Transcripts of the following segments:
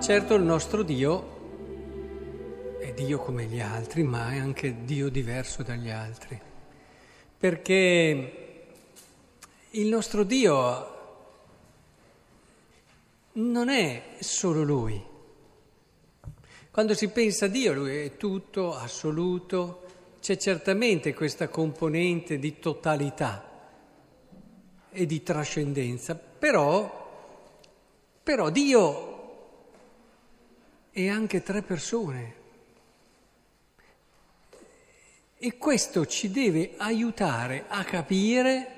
Certo, il nostro Dio è Dio come gli altri, ma è anche Dio diverso dagli altri, perché il nostro Dio non è solo Lui. Quando si pensa a Dio, Lui è tutto, assoluto, c'è certamente questa componente di totalità e di trascendenza, però Dio è anche tre persone e questo ci deve aiutare a capire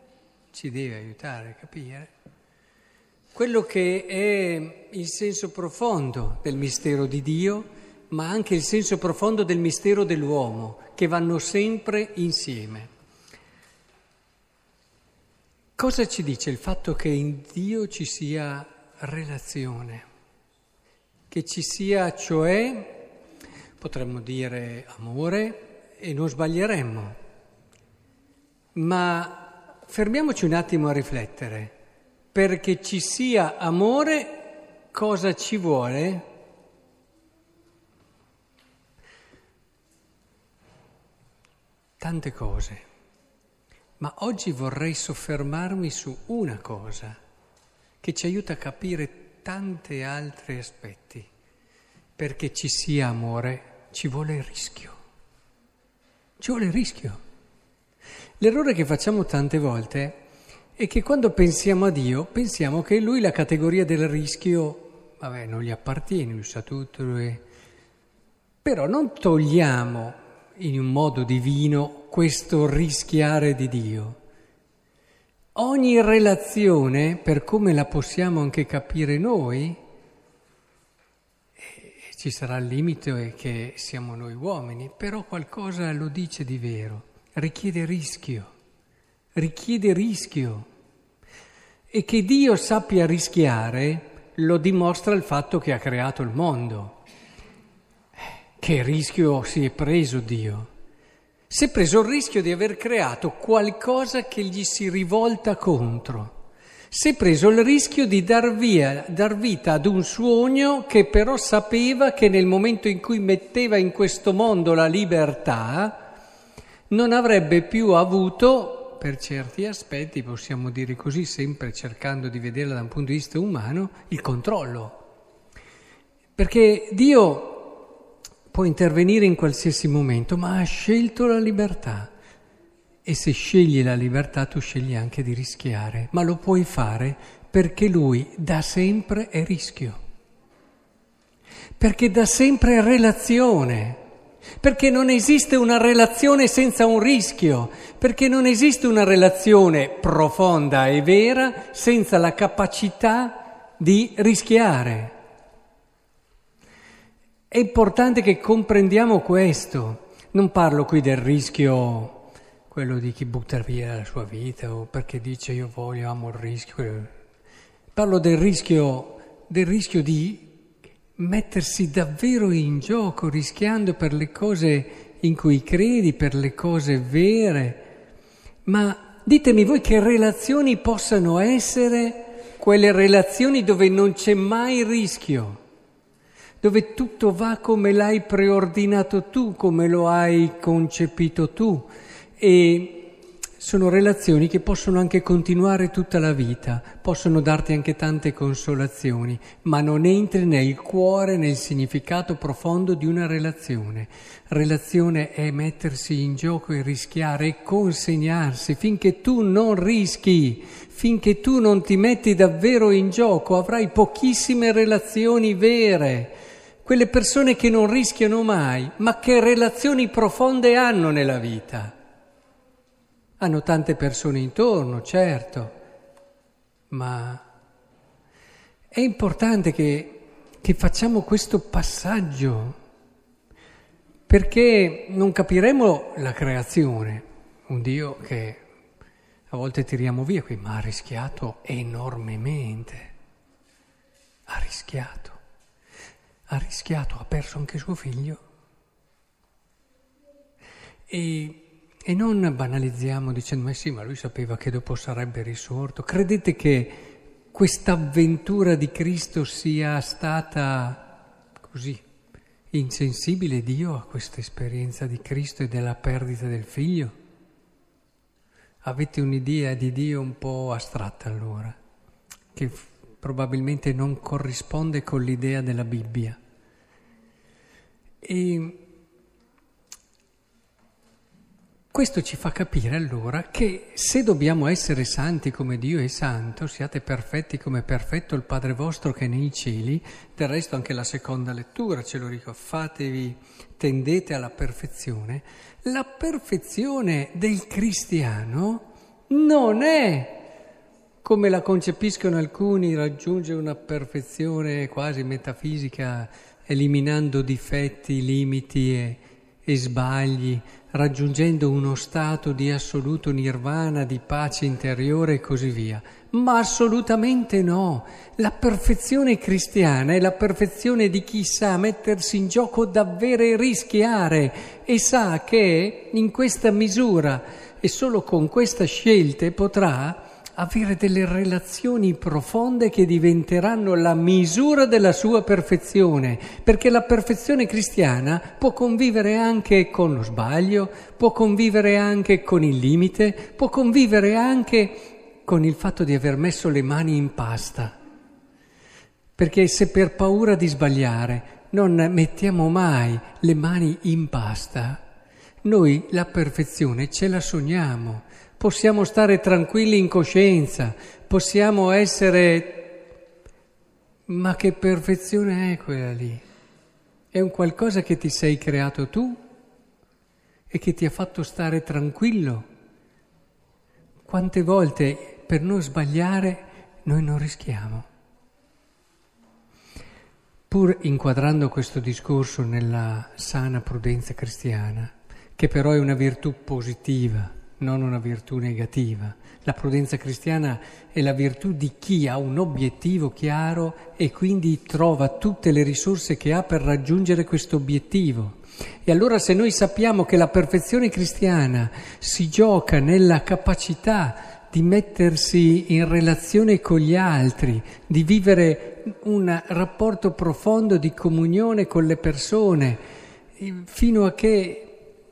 quello che è il senso profondo del mistero di Dio, ma anche il senso profondo del mistero dell'uomo, che vanno sempre insieme. Cosa ci dice il fatto che in Dio ci sia relazione? Che ci sia, cioè, potremmo dire amore e non sbaglieremmo, ma fermiamoci un attimo a riflettere. Perché ci sia amore, cosa ci vuole? Tante cose. Ma oggi vorrei soffermarmi su una cosa che ci aiuta a capire tanti altri aspetti. Perché ci sia amore, ci vuole il rischio. Ci vuole il rischio. L'errore che facciamo tante volte è che quando pensiamo a Dio, pensiamo che Lui la categoria del rischio, non gli appartiene, Lui sa tutto, Però non togliamo in un modo divino questo rischiare di Dio. Ogni relazione, per come la possiamo anche capire noi, ci sarà il limite che siamo noi uomini, però qualcosa lo dice di vero, richiede rischio. E che Dio sappia rischiare lo dimostra il fatto che ha creato il mondo. Che rischio si è preso Dio? Si è preso il rischio di aver creato qualcosa che gli si rivolta contro. Si è preso il rischio di dar vita ad un sogno che però sapeva che nel momento in cui metteva in questo mondo la libertà non avrebbe più avuto, per certi aspetti, possiamo dire così, sempre cercando di vederla da un punto di vista umano, il controllo. Perché Dio può intervenire in qualsiasi momento, ma ha scelto la libertà. E se scegli la libertà, tu scegli anche di rischiare. Ma lo puoi fare perché Lui da sempre è rischio. Perché da sempre è relazione. Perché non esiste una relazione senza un rischio, perché non esiste una relazione profonda e vera senza la capacità di rischiare. È importante che comprendiamo questo. Non parlo qui del rischio, quello di chi butta via la sua vita o perché dice io amo il rischio. Parlo del rischio di mettersi davvero in gioco, rischiando per le cose in cui credi, per le cose vere. Ma ditemi voi che relazioni possano essere quelle relazioni dove non c'è mai rischio, dove tutto va come l'hai preordinato tu, come lo hai concepito tu. E sono relazioni che possono anche continuare tutta la vita, possono darti anche tante consolazioni, ma non entri nel cuore, nel significato profondo di una relazione. Relazione è mettersi in gioco e rischiare e consegnarsi. Finché tu non rischi, finché tu non ti metti davvero in gioco, avrai pochissime relazioni vere. Quelle persone che non rischiano mai, ma che relazioni profonde hanno nella vita. Hanno tante persone intorno, certo, ma è importante che facciamo questo passaggio, perché non capiremo la creazione, un Dio che a volte tiriamo via qui, ma ha rischiato enormemente, ha rischiato, ha perso anche suo figlio. E non banalizziamo dicendo ma sì, ma lui sapeva che dopo sarebbe risorto. Credete che questa avventura di Cristo sia stata così insensibile Dio a questa esperienza di Cristo e della perdita del figlio? Avete un'idea di Dio un po' astratta allora, che probabilmente non corrisponde con l'idea della Bibbia. E questo ci fa capire allora che se dobbiamo essere santi come Dio è santo, siate perfetti come è perfetto il Padre vostro che è nei cieli, del resto anche la seconda lettura ce lo dico, tendete alla perfezione. La perfezione del cristiano non è, come la concepiscono alcuni, raggiunge una perfezione quasi metafisica, eliminando difetti, limiti e sbagli, raggiungendo uno stato di assoluto nirvana, di pace interiore e così via. Ma assolutamente no. La perfezione cristiana è la perfezione di chi sa mettersi in gioco davvero e rischiare e sa che in questa misura e solo con queste scelte potrà avere delle relazioni profonde che diventeranno la misura della sua perfezione, perché la perfezione cristiana può convivere anche con lo sbaglio, può convivere anche con il limite, può convivere anche con il fatto di aver messo le mani in pasta. Perché se per paura di sbagliare non mettiamo mai le mani in pasta, noi la perfezione ce la sogniamo. Possiamo stare tranquilli in coscienza, possiamo essere... Ma che perfezione è quella lì? È un qualcosa che ti sei creato tu e che ti ha fatto stare tranquillo. Quante volte per non sbagliare noi non rischiamo? Pur inquadrando questo discorso nella sana prudenza cristiana, che però è una virtù positiva, non una virtù negativa. La prudenza cristiana è la virtù di chi ha un obiettivo chiaro e quindi trova tutte le risorse che ha per raggiungere questo obiettivo. E allora se noi sappiamo che la perfezione cristiana si gioca nella capacità di mettersi in relazione con gli altri, di vivere un rapporto profondo di comunione con le persone, fino a che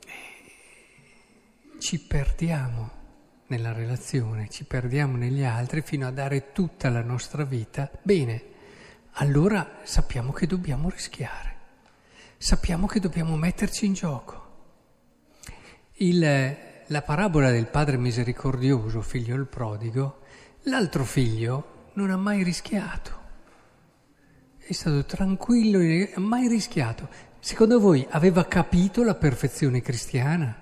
ci perdiamo nella relazione, ci perdiamo negli altri fino a dare tutta la nostra vita, bene, allora sappiamo che dobbiamo rischiare, sappiamo che dobbiamo metterci in gioco. La parabola del padre misericordioso, figlio il prodigo, l'altro figlio non ha mai rischiato, è stato tranquillo, non ha mai rischiato. Secondo voi aveva capito la perfezione cristiana?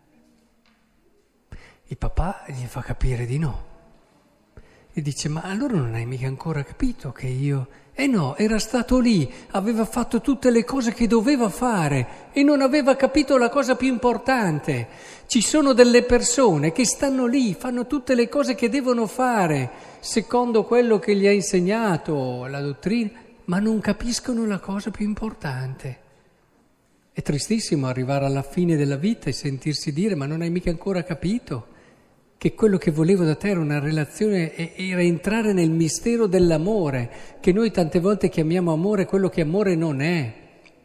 Il papà gli fa capire di no. E dice, ma allora non hai mica ancora capito che io... no, era stato lì, aveva fatto tutte le cose che doveva fare e non aveva capito la cosa più importante. Ci sono delle persone che stanno lì, fanno tutte le cose che devono fare, secondo quello che gli ha insegnato la dottrina, ma non capiscono la cosa più importante. È tristissimo arrivare alla fine della vita e sentirsi dire, ma non hai mica ancora capito che quello che volevo da te era una relazione, era entrare nel mistero dell'amore, che noi tante volte chiamiamo amore quello che amore non è.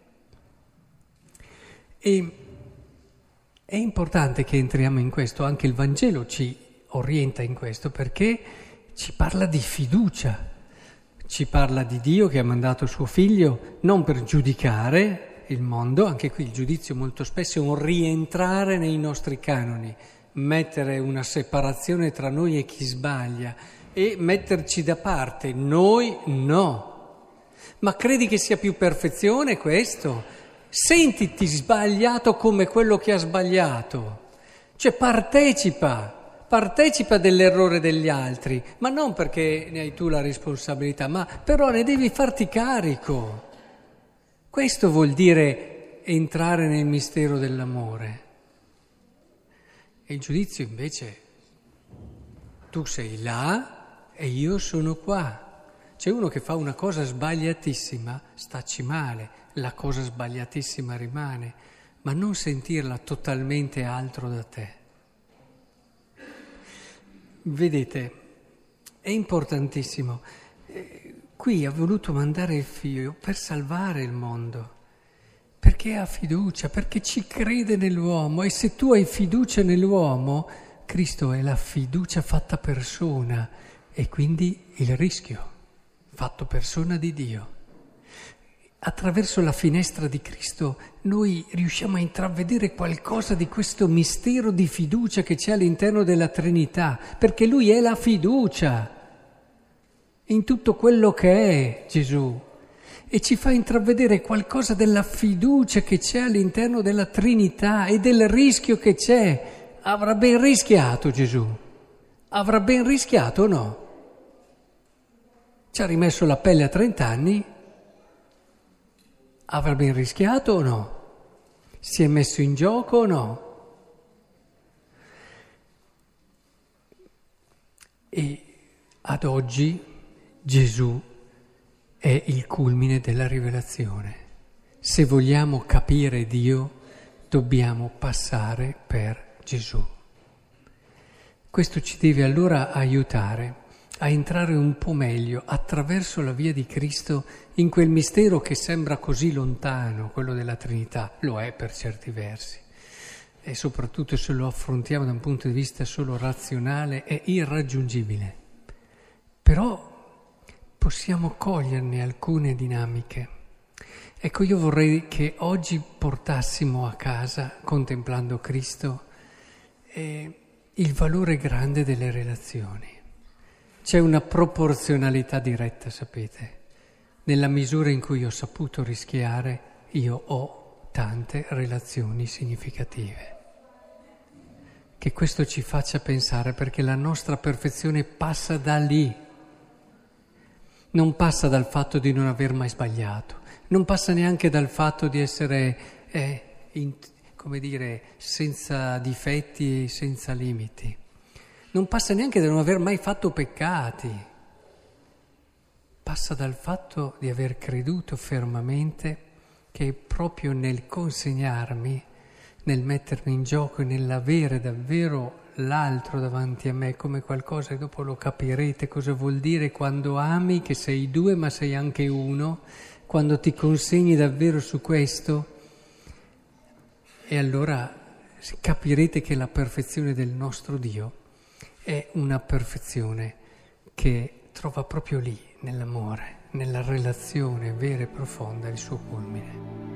E è importante che entriamo in questo, anche il Vangelo ci orienta in questo, perché ci parla di fiducia, ci parla di Dio che ha mandato suo figlio non per giudicare il mondo, anche qui il giudizio molto spesso è un rientrare nei nostri canoni, mettere una separazione tra noi e chi sbaglia e metterci da parte, noi no. Ma credi che sia più perfezione questo? Sentiti sbagliato come quello che ha sbagliato, cioè partecipa dell'errore degli altri, ma non perché ne hai tu la responsabilità, ma però ne devi farti carico. Questo vuol dire entrare nel mistero dell'amore. E il giudizio invece, tu sei là e io sono qua. C'è uno che fa una cosa sbagliatissima, staci male, la cosa sbagliatissima rimane, ma non sentirla totalmente altro da te. Vedete, È importantissimo. Qui ha voluto mandare il figlio per salvare il mondo, perché ha fiducia, perché ci crede nell'uomo, e se tu hai fiducia nell'uomo, Cristo è la fiducia fatta persona e quindi il rischio, fatto persona di Dio. Attraverso la finestra di Cristo noi riusciamo a intravedere qualcosa di questo mistero di fiducia che c'è all'interno della Trinità, perché Lui è la fiducia in tutto quello che è Gesù, e ci fa intravedere qualcosa della fiducia che c'è all'interno della Trinità e del rischio che c'è. Avrà ben rischiato Gesù? Avrà ben rischiato o no? Ci ha rimesso la pelle a 30 anni? Avrà ben rischiato o no? Si è messo in gioco o no? E ad oggi Gesù è il culmine della rivelazione. Se vogliamo capire Dio, dobbiamo passare per Gesù. Questo ci deve allora aiutare a entrare un po' meglio attraverso la via di Cristo in quel mistero che sembra così lontano, quello della Trinità. Lo è per certi versi. E soprattutto se lo affrontiamo da un punto di vista solo razionale è irraggiungibile. Però possiamo coglierne alcune dinamiche. Ecco, io vorrei che oggi portassimo a casa, contemplando Cristo, il valore grande delle relazioni. C'è una proporzionalità diretta, sapete. Nella misura in cui ho saputo rischiare, io ho tante relazioni significative. Che questo ci faccia pensare, perché la nostra perfezione passa da lì. Non passa dal fatto di non aver mai sbagliato, non passa neanche dal fatto di essere, senza difetti e senza limiti. Non passa neanche da non aver mai fatto peccati. Passa dal fatto di aver creduto fermamente che proprio nel consegnarmi, nel mettermi in gioco e nell'avere davvero l'altro davanti a me come qualcosa, e dopo lo capirete cosa vuol dire quando ami che sei due ma sei anche uno, quando ti consegni davvero su questo, e allora capirete che la perfezione del nostro Dio è una perfezione che trova proprio lì, nell'amore, nella relazione vera e profonda, il suo culmine.